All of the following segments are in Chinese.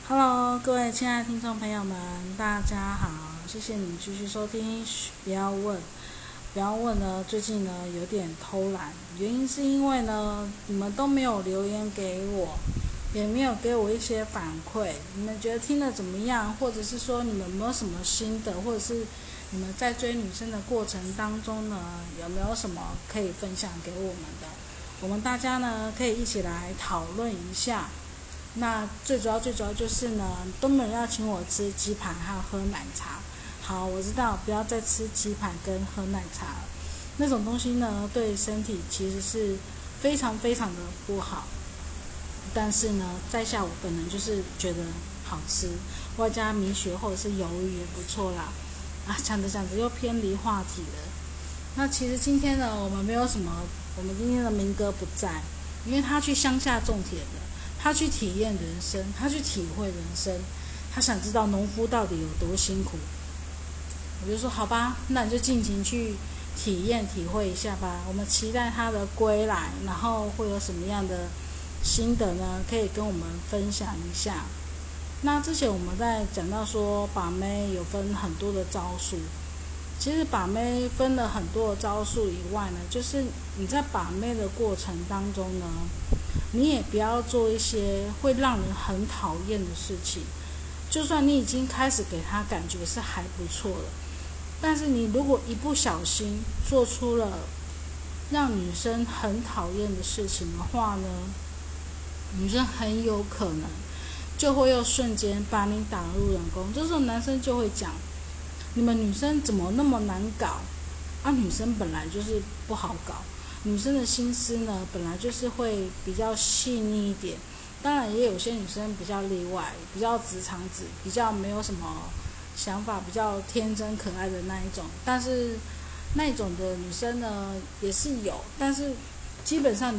Hello，各位亲爱的听众朋友们，大家好，谢谢你继续收听。不要问，不要问呢。最近呢有点偷懒，原因是因为呢你们都没有留言给我，也没有给我一些反馈。你们觉得听得怎么样？或者是说你们有没有什么心得，或者是你们在追女生的过程当中呢，有没有什么可以分享给我们的？我们大家呢可以一起来讨论一下。那最主要就是呢，都没有人要请我吃鸡排还有喝奶茶。好，我知道不要再吃鸡排跟喝奶茶了，那种东西呢对身体其实是非常非常的不好。但是呢，在下我本人就是觉得好吃，外加米血或者是鱿鱼也不错啦。讲着讲着又偏离话题了。那其实今天呢，我们没有什么，我们今天的明哥不在，因为他去乡下种田了。他去体验人生，他去体会人生，他想知道农夫到底有多辛苦。我就说好吧，那你就尽情去体验体会一下吧。我们期待他的归来，然后会有什么样的心得呢？可以跟我们分享一下。那之前我们在讲到说把妹有分很多的招数，其实把妹分了很多的招数以外呢，就是你在把妹的过程当中呢，你也不要做一些会让人很讨厌的事情。就算你已经开始给他感觉是还不错的，但是你如果一不小心做出了让女生很讨厌的事情的话呢，女生很有可能就会又瞬间把你打入冷宫。这时候男生就会讲，你们女生怎么那么难搞啊？女生本来就是不好搞，女生的心思呢本来就是会比较细腻一点。当然也有些女生比较例外，比较直肠子，比较没有什么想法，比较天真可爱的那一种。但是那一种的女生呢也是有，但是基本上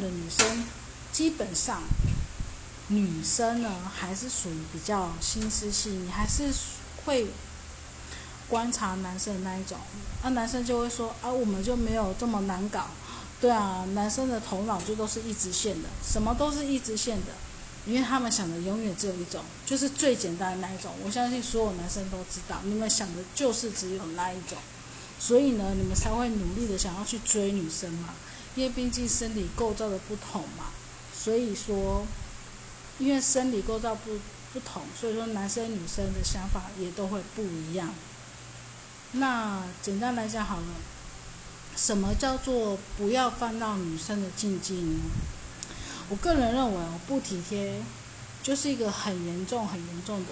女生呢还是属于比较心思细腻，还是会观察男生的那一种。男生就会说我们就没有这么难搞。对啊，男生的头脑就都是一直线的，什么都是一直线的，因为他们想的永远只有一种，就是最简单的那一种。我相信所有男生都知道，你们想的就是只有那一种，所以呢，你们才会努力的想要去追女生嘛，因为毕竟生理构造的不同嘛。所以说，因为生理构造不同，所以说男生女生的想法也都会不一样。那简单来讲好了，什么叫做不要犯到女生的禁忌呢？我个人认为不体贴就是一个很严重的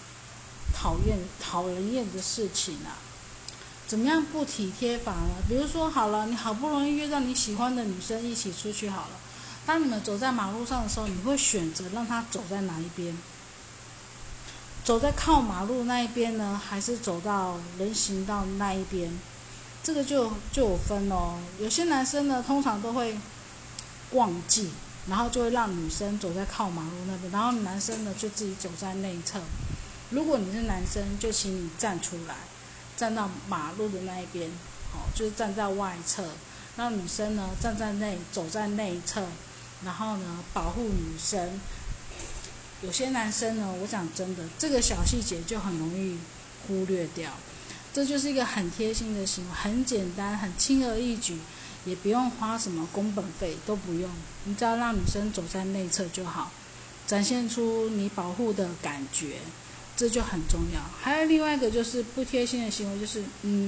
讨人厌的事情啊。怎么样不体贴法呢？比如说好了，你好不容易约到你喜欢的女生一起出去好了，当你们走在马路上的时候，你会选择让她走在哪一边？走在靠马路那一边呢，还是走到人行道那一边？这个就有分哦。有些男生呢，通常都会忘记，然后就会让女生走在靠马路那边，然后男生呢就自己走在内侧。如果你是男生，就请你站出来，站到马路的那一边，就是站在外侧，让女生呢走在内侧，然后呢保护女生。有些男生呢，我讲真的，这个小细节就很容易忽略掉。这就是一个很贴心的行为，很简单，很轻而易举，也不用花什么工本费，都不用，你只要让女生走在内侧就好，展现出你保护的感觉，这就很重要。还有另外一个就是不贴心的行为，就是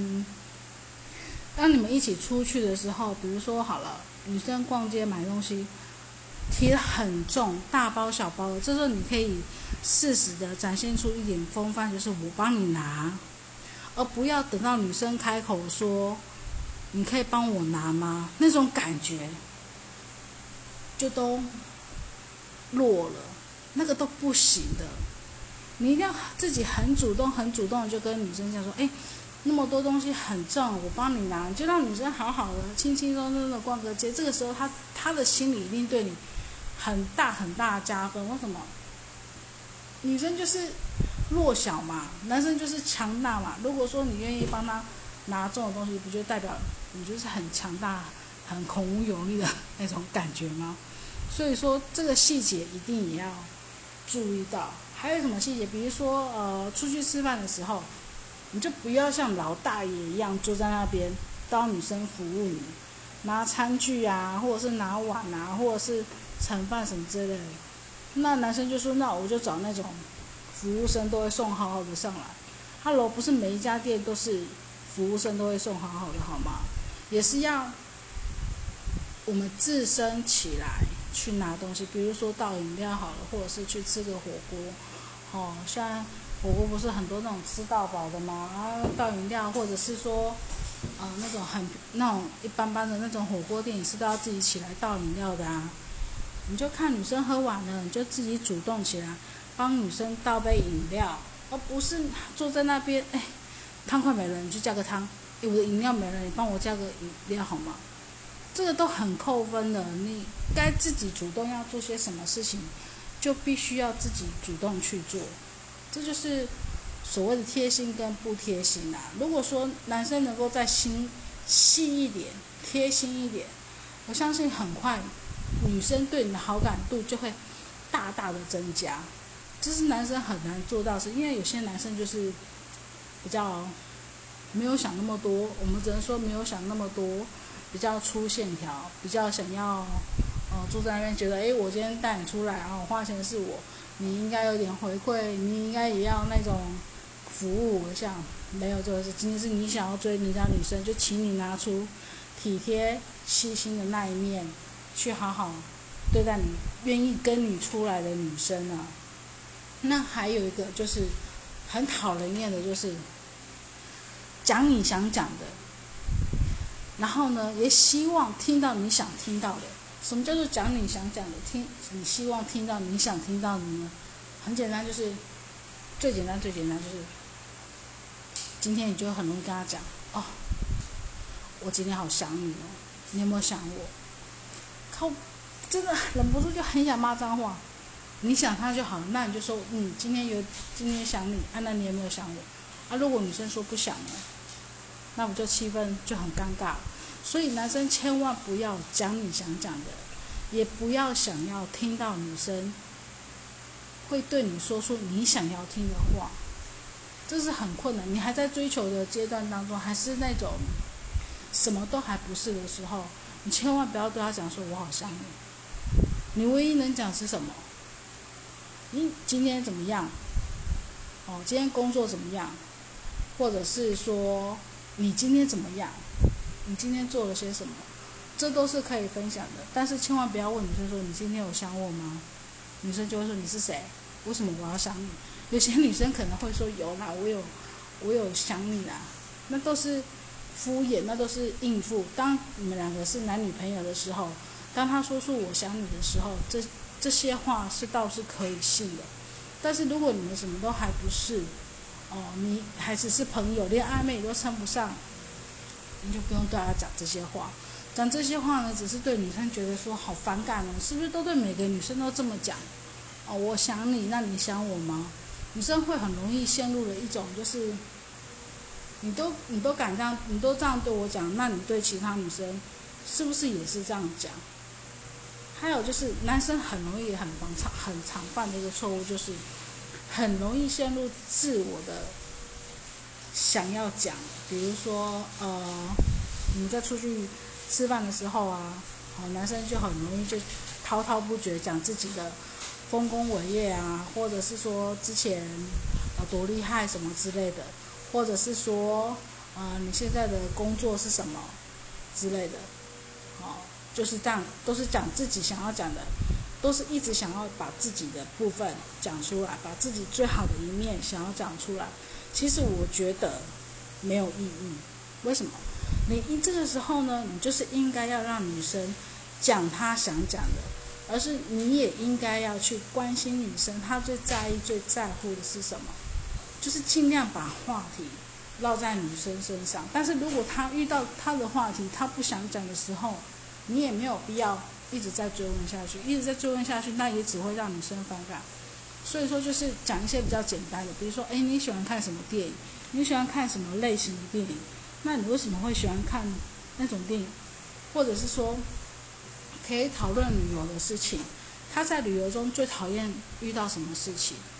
当你们一起出去的时候，比如说好了，女生逛街买东西提得很重，大包小包的，这时候你可以适时的展现出一点风范，就是我帮你拿，而不要等到女生开口说你可以帮我拿吗，那种感觉就都弱了，那个都不行的。你一定要自己很主动的就跟女生讲说，那么多东西很重，我帮你拿，就让女生好好的轻轻松松的逛个街。这个时候她的心里一定对你很大的加分。为什么？女生就是弱小嘛，男生就是强大嘛。如果说你愿意帮他拿重的东西，不就代表你就是很强大、很孔武有力的那种感觉吗？所以说这个细节一定也要注意到。 还有什么细节？比如说出去吃饭的时候，你就不要像老大爷一样坐在那边，当女生服务你，拿餐具啊，或者是拿碗啊，或者是盛饭什么之类的。那男生就说，那我就找那种服务生都会送好好的上来。Hello，不是每一家店都是服务生都会送好好的好吗？也是要我们自身起来去拿东西，比如说倒饮料好了，或者是去吃个火锅。像火锅不是很多那种吃到饱的吗？然后倒饮料，或者是说那种一般般的那种火锅店，你是都要自己起来倒饮料的啊。你就看女生喝完了，你就自己主动起来帮女生倒杯饮料，而不是坐在那边，汤快没了，你去加个汤。我的饮料没了，你帮我加个饮料好吗？这个都很扣分的。你该自己主动要做些什么事情，就必须要自己主动去做。这就是所谓的贴心跟不贴心啊。如果说男生能够再细一点、贴心一点，我相信很快女生对你的好感度就会大大的增加。这是男生很难做到的事，因为有些男生就是比较没有想那么多，我们只能说没有想那么多，比较粗线条，比较想要坐在那边觉得，我今天带你出来，然后花钱是我，你应该有点回馈，你应该也要那种服务我一下。没有这个事，今天是你想要追人家女生，就请你拿出体贴细心的那一面，去好好对待你愿意跟你出来的女生啊。那还有一个就是很讨人厌的，就是讲你想讲的，然后呢，也希望听到你想听到的。什么叫做讲你想讲的？你希望听到你想听到的呢？很简单，就是最简单就是今天你就很容易跟他讲，我今天好想你哦，你有没有想我？真的忍不住就很想骂脏话。你想他就好，那你就说，今天想你，那你有没有想我？如果女生说不想了，那我就气氛就很尴尬了。所以男生千万不要讲你想讲的，也不要想要听到女生会对你说出你想要听的话，这是很困难。你还在追求的阶段当中，还是那种什么都还不是的时候，你千万不要对他讲说我好想你。你唯一能讲是什么？你今天怎么样？今天工作怎么样？或者是说你今天怎么样？你今天做了些什么？这都是可以分享的。但是千万不要问女生说你今天有想我吗？女生就会说你是谁？为什么我要想你？有些女生可能会说有啦，我有想你啦，那都是敷衍，那都是应付。当你们两个是男女朋友的时候，当他说出我想你的时候，这些话倒是可以信的。但是如果你们什么都还不是，你还只是朋友，连暧昧都称不上，你就不用对他讲这些话。讲这些话呢，只是对女生觉得说好反感哦，是不是都对每个女生都这么讲？我想你，那你想我吗？女生会很容易陷入了一种就是你都敢这样，你都这样对我讲，那你对其他女生是不是也是这样讲？还有就是男生很容易很常犯的一个错误，就是很容易陷入自我的想要讲。比如说你们在出去吃饭的时候啊，男生就很容易就滔滔不绝讲自己的丰功伟业啊，或者是说之前多厉害什么之类的，或者是说你现在的工作是什么之类的，就是这样，都是讲自己想要讲的，都是一直想要把自己的部分讲出来，把自己最好的一面想要讲出来。其实我觉得没有意义。为什么？你这个时候呢，你就是应该要让女生讲她想讲的，而是你也应该要去关心女生她最在意最在乎的是什么，就是尽量把话题绕在女生身上。但是如果她遇到她的话题她不想讲的时候，你也没有必要一直在追问下去，那也只会让女生反感。所以说就是讲一些比较简单的，比如说你喜欢看什么电影，你喜欢看什么类型的电影，那你为什么会喜欢看那种电影？或者是说可以讨论旅游的事情，他在旅游中最讨厌遇到什么事情，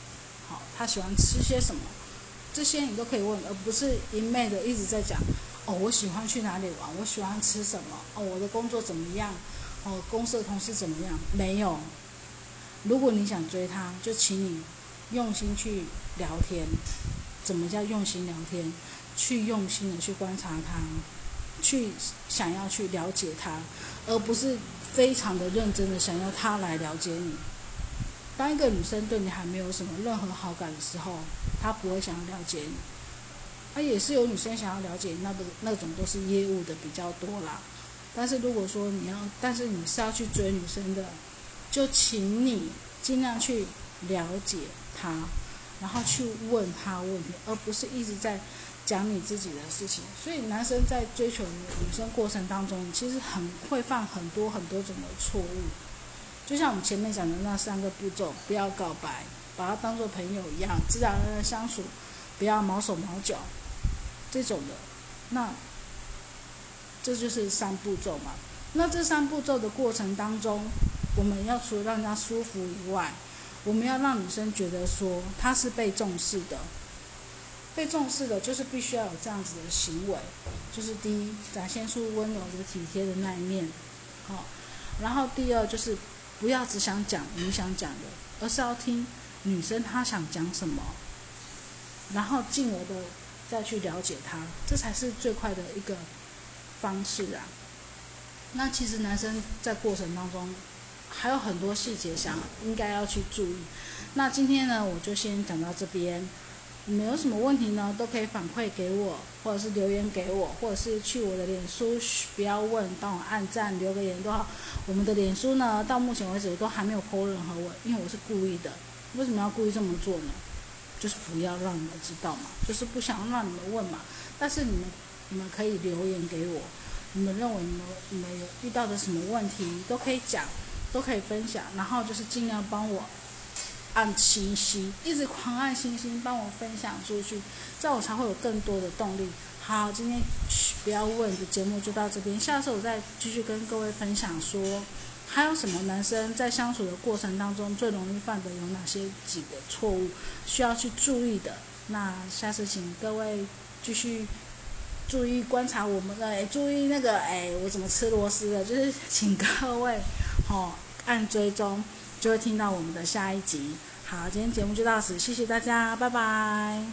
好，他喜欢吃些什么，这些你都可以问，而不是一昧的一直在讲我喜欢去哪里玩，我喜欢吃什么，我的工作怎么样，公司的同事怎么样。没有，如果你想追他，就请你用心去聊天。怎么叫用心聊天？去用心的去观察他，去想要去了解他，而不是非常的认真的想要他来了解你。当一个女生对你还没有什么任何好感的时候，她不会想要了解你。也是有女生想要了解那种都是业务的比较多啦。但是如果说但是你是要去追女生的，就请你尽量去了解她，然后去问她问题，而不是一直在讲你自己的事情。所以男生在追求女生过程当中，其实会犯很多种的错误。就像我们前面讲的那3个步骤，不要告白，把他当作朋友一样自然而然相处，不要毛手毛脚这种的。那这就是3步骤嘛。那这3步骤的过程当中，我们要除了让人家舒服以外，我们要让女生觉得说她是被重视的。被重视的就是必须要有这样子的行为，就是第一，展现出温柔的体贴的那一面，然后第二就是不要只想讲你想讲的，而是要听女生她想讲什么，然后进而的再去了解她，这才是最快的一个方式啊。那其实男生在过程当中还有很多细节应该要去注意。那今天呢，我就先讲到这边。你们有什么问题呢，都可以反馈给我，或者是留言给我，或者是去我的脸书不要问，帮我按赞留个言都好。我们的脸书呢，到目前为止都还没有 po 任何文，因为我是故意的。为什么要故意这么做呢？就是不要让你们知道嘛，就是不想让你们问嘛。但是你们可以留言给我，你们认为你们有遇到的什么问题都可以讲，都可以分享，然后就是尽量帮我按星星，一直狂按星星，帮我分享出去，这样我才会有更多的动力。好，今天不要问的节目就到这边，下次我再继续跟各位分享说，还有什么男生在相处的过程当中最容易犯的有哪些几个错误需要去注意的。那下次请各位继续注意观察我们的，注意那个我怎么吃螺丝的，就是请各位按追踪，就会听到我们的下一集。好，今天节目就到此，谢谢大家，拜拜。